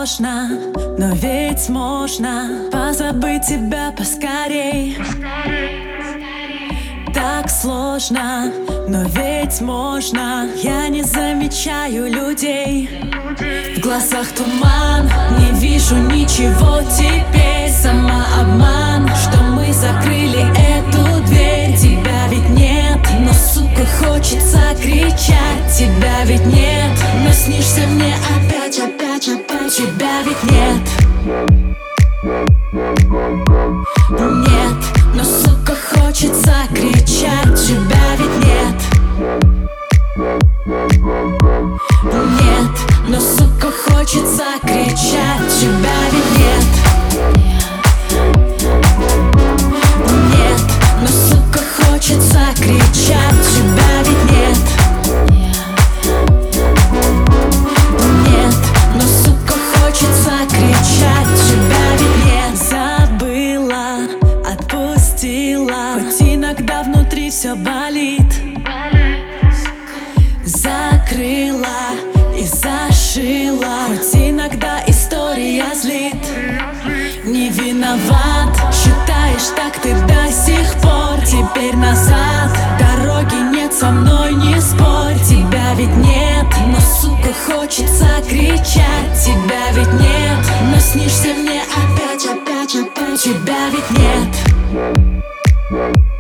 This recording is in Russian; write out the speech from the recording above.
сложно, но ведь можно позабыть тебя поскорей. Так сложно, но ведь можно. Я не замечаю людей. В глазах туман, не вижу ничего теперь. Самообман, что мы закрыли эту дверь. Тебя ведь нет, но, сука, хочется кричать. Тебя ведь нет, но снишься мне опять, опять, опять. Тебя ведь нет. Нет, но, сука, хочется кричать. Тебя ведь нет. Нет, но, сука, хочется кричать. Тебя ведь нет. Нет, но, сука, хочется кричать. Тебя ведь нет. Нет, но, сука, хочется кричать. Тебя ведь нет. Забыла, отпустила, хоть иногда внутри все болит. Закрыла и зашила, хоть иногда история злит. Не виноват, считаешь так ты до сих пор. Теперь назад дороги нет, со мной не спорь. Тебя ведь нет, но, сука, хочется кричать. Тебя ведь нет, но снишься мне опять, опять, опять. Тебя ведь нет.